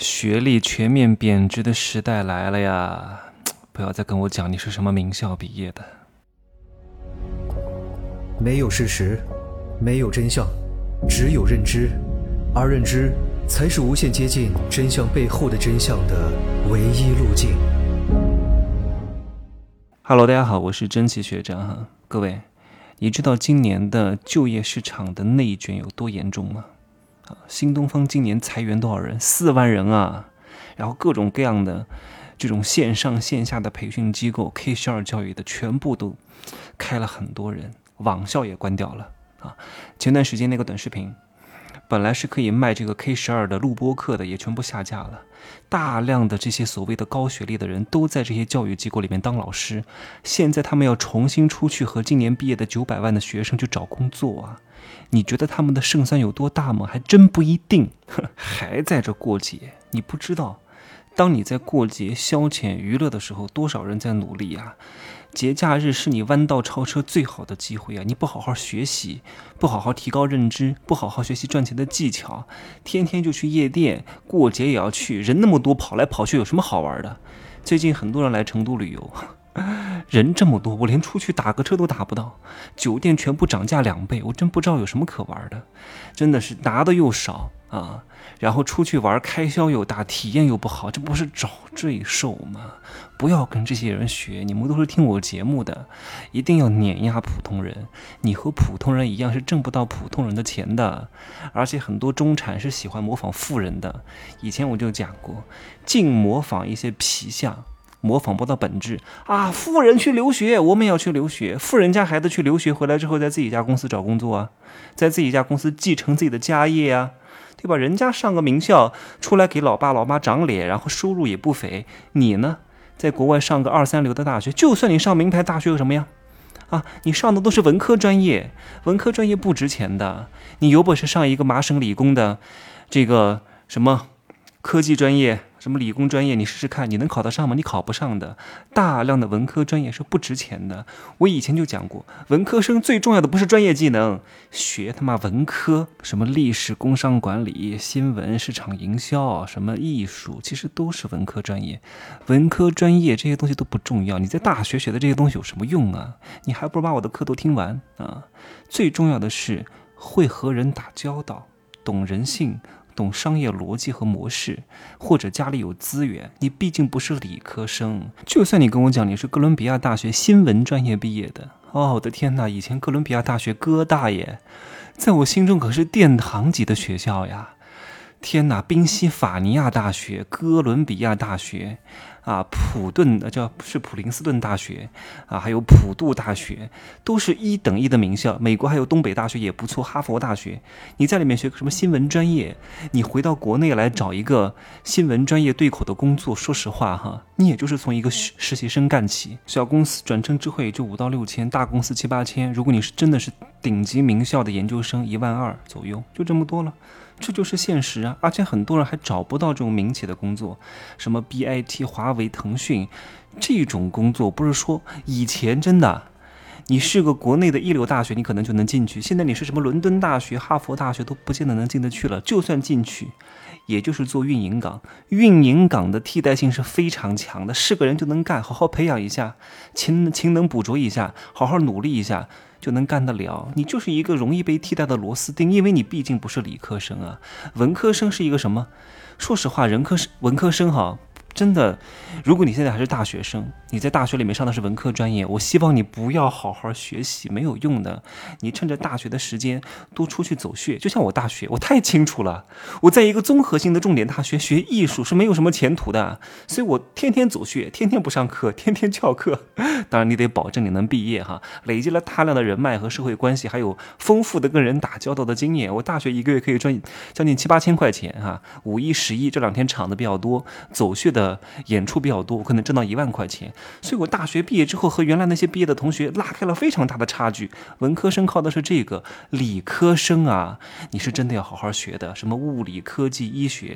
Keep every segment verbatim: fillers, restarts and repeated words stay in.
学历全面贬值的时代来了呀！不要再跟我讲你是什么名校毕业的。 没有事实，没有真相，只有认知，而认知才是无限接近真相背后的真相的唯一路径。 Hello， 大家好，我是真奇学长哈。各位，你知道今年的就业市场的内卷有多严重吗？啊，新东方今年裁员多少人？四万人啊！然后各种各样的这种线上线下的培训机构 K 十二 教育的全部都开了很多人，网校也关掉了啊。前段时间那个短视频本来是可以卖这个 K 十二 的录播课的，也全部下架了。大量的这些所谓的高学历的人都在这些教育机构里面当老师，现在他们要重新出去和今年毕业的九百万的学生去找工作啊！你觉得他们的胜算有多大吗？还真不一定。还在这过节，你不知道，当你在过节消遣娱乐的时候，多少人在努力啊！节假日是你弯道超车最好的机会啊！你不好好学习，不好好提高认知，不好好学习赚钱的技巧，天天就去夜店，过节也要去，人那么多，跑来跑去有什么好玩的？最近很多人来成都旅游，人这么多，我连出去打个车都打不到，酒店全部涨价两倍，我真不知道有什么可玩的，真的是拿的又少啊，然后出去玩开销又大，体验又不好，这不是找罪受吗？不要跟这些人学，你们都是听我节目的，一定要碾压普通人，你和普通人一样是挣不到普通人的钱的，而且很多中产是喜欢模仿富人的，以前我就讲过，净模仿一些皮相，模仿不到本质啊！富人去留学，我们也要去留学。富人家孩子去留学回来之后，在自己家公司找工作啊，在自己家公司继承自己的家业啊，对吧？人家上个名校出来给老爸老妈长脸，然后收入也不菲。你呢，在国外上个二三流的大学，就算你上名牌大学有什么样啊？你上的都是文科专业，文科专业不值钱的。你有本事上一个麻省理工的这个什么科技专业，什么理工专业，你试试看，你能考得上吗？你考不上的。大量的文科专业是不值钱的。我以前就讲过，文科生最重要的不是专业技能，学他妈文科，什么历史、工商管理、新闻、市场营销，什么艺术，其实都是文科专业。文科专业这些东西都不重要，你在大学学的这些东西有什么用啊？你还不如把我的课都听完啊！最重要的是会和人打交道，懂人性，懂商业逻辑和模式，或者家里有资源，你毕竟不是理科生。就算你跟我讲你是哥伦比亚大学新闻专业毕业的，哦，我的天哪，以前哥伦比亚大学哥大爷在我心中可是殿堂级的学校呀！天哪，宾夕法尼亚大学、哥伦比亚大学啊，普顿叫是普林斯顿大学啊，还有普渡大学，都是一等一的名校。美国还有东北大学也不错，哈佛大学。你在里面学个什么新闻专业，你回到国内来找一个新闻专业对口的工作，说实话哈，你也就是从一个实习生干起，小公司转正之后也就五到六千，大公司七八千。如果你是真的是顶级名校的研究生，一万二左右，就这么多了。这就是现实啊！而且很多人还找不到这种民企的工作，什么 B I T、华为、腾讯这种工作，不是说以前真的，你是个国内的一流大学，你可能就能进去。现在你是什么伦敦大学、哈佛大学都不见得能进得去了。就算进去，也就是做运营岗。运营岗的替代性是非常强的，是个人就能干，好好培养一下，勤勤能补拙一下，好好努力一下，就能干得了。你就是一个容易被替代的螺丝钉，因为你毕竟不是理科生啊。文科生是一个什么？说实话，人科文科生哈，真的，如果你现在还是大学生，你在大学里面上的是文科专业，我希望你不要好好学习，没有用的。你趁着大学的时间多出去走穴，就像我大学，我太清楚了，我在一个综合性的重点大学学艺术是没有什么前途的，所以我天天走穴，天天不上课，天天翘课。当然你得保证你能毕业哈，累积了大量的人脉和社会关系，还有丰富的跟人打交道的经验。我大学一个月可以赚将近七八千块钱哈，五一十一这两天场子比较多，走穴的演出比较多，我可能挣到一万块钱。所以我大学毕业之后和原来那些毕业的同学拉开了非常大的差距。文科生靠的是这个，理科生啊，你是真的要好好学的，什么物理、科技、医学，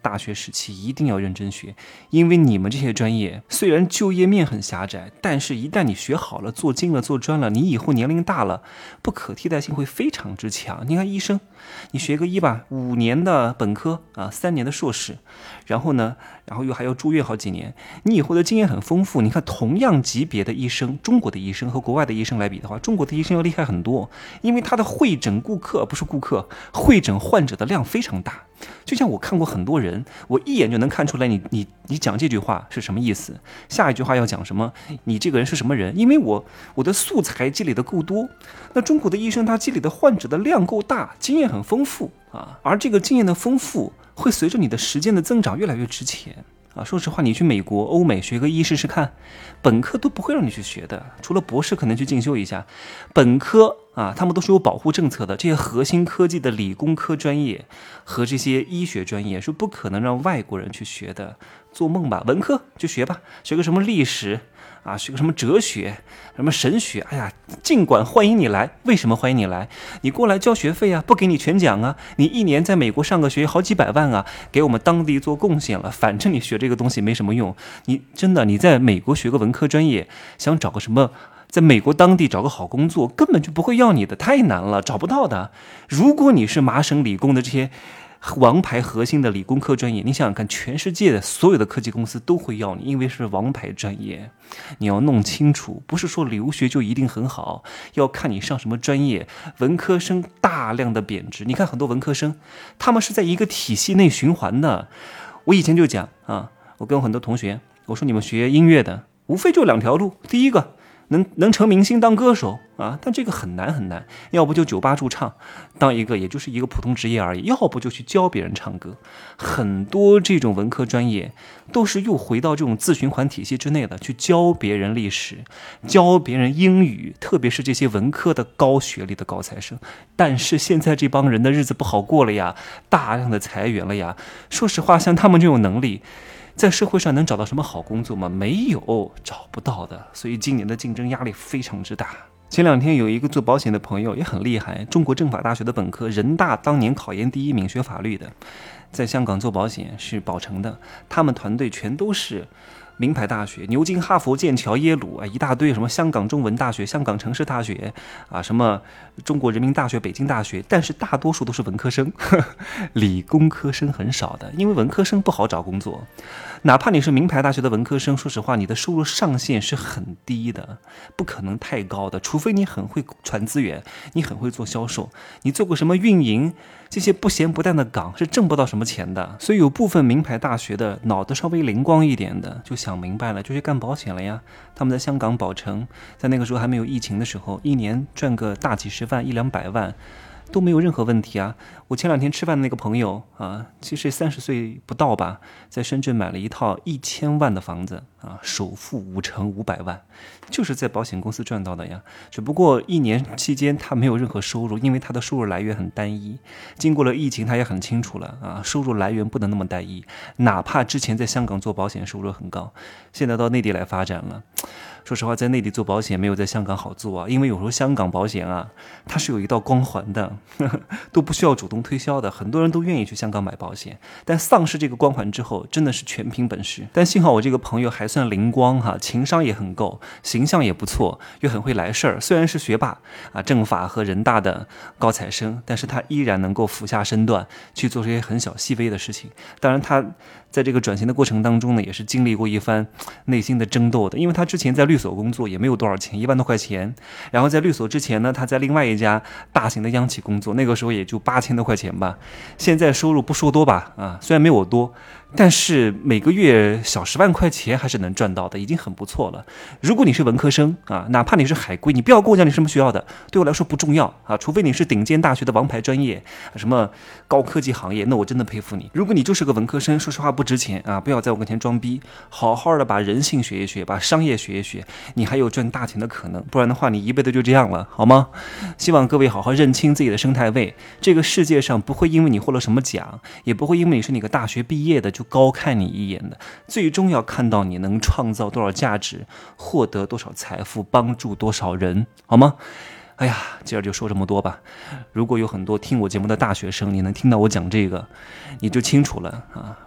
大学时期一定要认真学，因为你们这些专业虽然就业面很狭窄，但是一旦你学好了，做精了，做专了，你以后年龄大了，不可替代性会非常之强。你看医生，你学个医吧，五年的本科啊，三年的硕士，然后呢，然后又还要住院好几年，你以后的经验很丰富。你看同样级别的医生，中国的医生和国外的医生来比的话，中国的医生要厉害很多，因为他的会诊顾客不是顾客，会诊患者的量非常大。就像我看过很多人，我一眼就能看出来你你你讲这句话是什么意思，下一句话要讲什么，你这个人是什么人，因为我我的素材积累的够多。那中国的医生他积累的患者的量够大，经验很丰富啊，而这个经验的丰富会随着你的时间的增长越来越值钱啊。说实话，你去美国、欧美学个医试试看，本科都不会让你去学的，除了博士可能去进修一下，本科啊，他们都是有保护政策的。这些核心科技的理工科专业和这些医学专业是不可能让外国人去学的，做梦吧！文科就学吧，学个什么历史啊，学个什么哲学、什么神学，哎呀，尽管欢迎你来。为什么欢迎你来？你过来交学费啊，不给你全奖啊，你一年在美国上个学好几百万啊，给我们当地做贡献了。反正你学这个东西没什么用，你真的你在美国学个文科专业，想找个什么？在美国当地找个好工作根本就不会要你的，太难了，找不到的。如果你是麻省理工的这些王牌核心的理工科专业，你想想看，全世界的所有的科技公司都会要你，因为是王牌专业。你要弄清楚，不是说留学就一定很好，要看你上什么专业。文科生大量的贬值，你看很多文科生他们是在一个体系内循环的。我以前就讲啊，我跟很多同学我说，你们学音乐的无非就两条路，第一个能能成明星当歌手啊，但这个很难很难，要不就酒吧驻唱，当一个也就是一个普通职业而已，要不就去教别人唱歌。很多这种文科专业都是又回到这种自循环体系之内的，去教别人历史，教别人英语，特别是这些文科的高学历的高材生。但是现在这帮人的日子不好过了呀，大量的裁员了呀。说实话，像他们这种能力在社会上能找到什么好工作吗？没有，找不到的。所以今年的竞争压力非常之大。前两天有一个做保险的朋友也很厉害，中国政法大学的本科，人大当年考研第一名，学法律的，在香港做保险是保诚的，他们团队全都是名牌大学，牛津、哈佛、剑桥、耶鲁啊，一大堆，什么香港中文大学、香港城市大学啊，什么中国人民大学、北京大学，但是大多数都是文科生，呵呵，理工科生很少的，因为文科生不好找工作。哪怕你是名牌大学的文科生，说实话，你的收入上限是很低的，不可能太高的，除非你很会传资源，你很会做销售，你做过什么运营，这些不咸不淡的岗是挣不到什么钱的。所以有部分名牌大学的脑子稍微灵光一点的，就想明白了，就去干保险了呀。他们在香港保诚，在那个时候还没有疫情的时候，一年赚个大几十万、一两百万都没有任何问题啊。我前两天吃饭的那个朋友啊，其实三十岁不到吧，在深圳买了一套一千万的房子啊，首付五成五百万，就是在保险公司赚到的呀。只不过一年期间他没有任何收入，因为他的收入来源很单一。经过了疫情，他也很清楚了啊，收入来源不能那么单一。哪怕之前在香港做保险收入很高，现在到内地来发展了。说实话，在内地做保险没有在香港好做啊，因为有时候香港保险啊，它是有一道光环的，呵呵，都不需要主动推销的，很多人都愿意去香港买保险。但丧失这个光环之后，真的是全凭本事。但幸好我这个朋友还算灵光哈，情商也很够，形象也不错，又很会来事儿。虽然是学霸啊，政法和人大的高材生，但是他依然能够俯下身段去做这些很小细微的事情。当然他在这个转型的过程当中呢，也是经历过一番内心的争斗的，因为他之前在律所工作也没有多少钱，一万多块钱，然后在律所之前呢，他在另外一家大型的央企工作，那个时候也就八千多块钱吧，现在收入不说多吧，啊，虽然没有我多，但是每个月小十万块钱还是能赚到的，已经很不错了。如果你是文科生啊，哪怕你是海归，你不要跟我讲你什么学校的，对我来说不重要啊，除非你是顶尖大学的王牌专业，什么高科技行业，那我真的佩服你。如果你就是个文科生，说实话不值钱啊，不要在我跟前装逼，好好的把人性学一学，把商业学一学，你还有赚大钱的可能，不然的话你一辈子就这样了，好吗？希望各位好好认清自己的生态位，这个世界上不会因为你获了什么奖，也不会因为你是哪个大学毕业的就高看你一眼的，最终要看到你能创造多少价值，获得多少财富，帮助多少人，好吗？哎呀，今儿就说这么多吧。如果有很多听我节目的大学生，你能听到我讲这个，你就清楚了啊。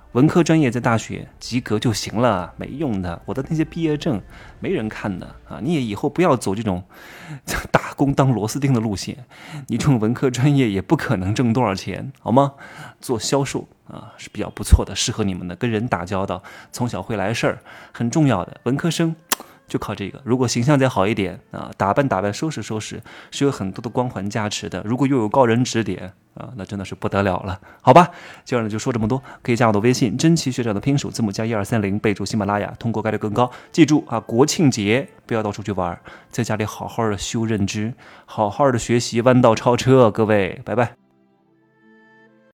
文科专业在大学及格就行了，没用的。我的那些毕业证没人看的啊！你也以后不要走这种打工当螺丝钉的路线，你这种文科专业也不可能挣多少钱，好吗？做销售啊是比较不错的，适合你们的，跟人打交道，从小会来事儿，很重要的。文科生就靠这个，如果形象再好一点啊，打扮打扮，收拾收拾，是有很多的光环加持的。如果又有高人指点啊，那真的是不得了了，好吧？今儿呢就说这么多，可以加我的微信，真奇学长的拼手字母加一二三零，备注喜马拉雅，通过概率更高。记住啊，国庆节不要到处去玩，在家里好好的修认知，好好的学习弯道超车，各位，拜拜。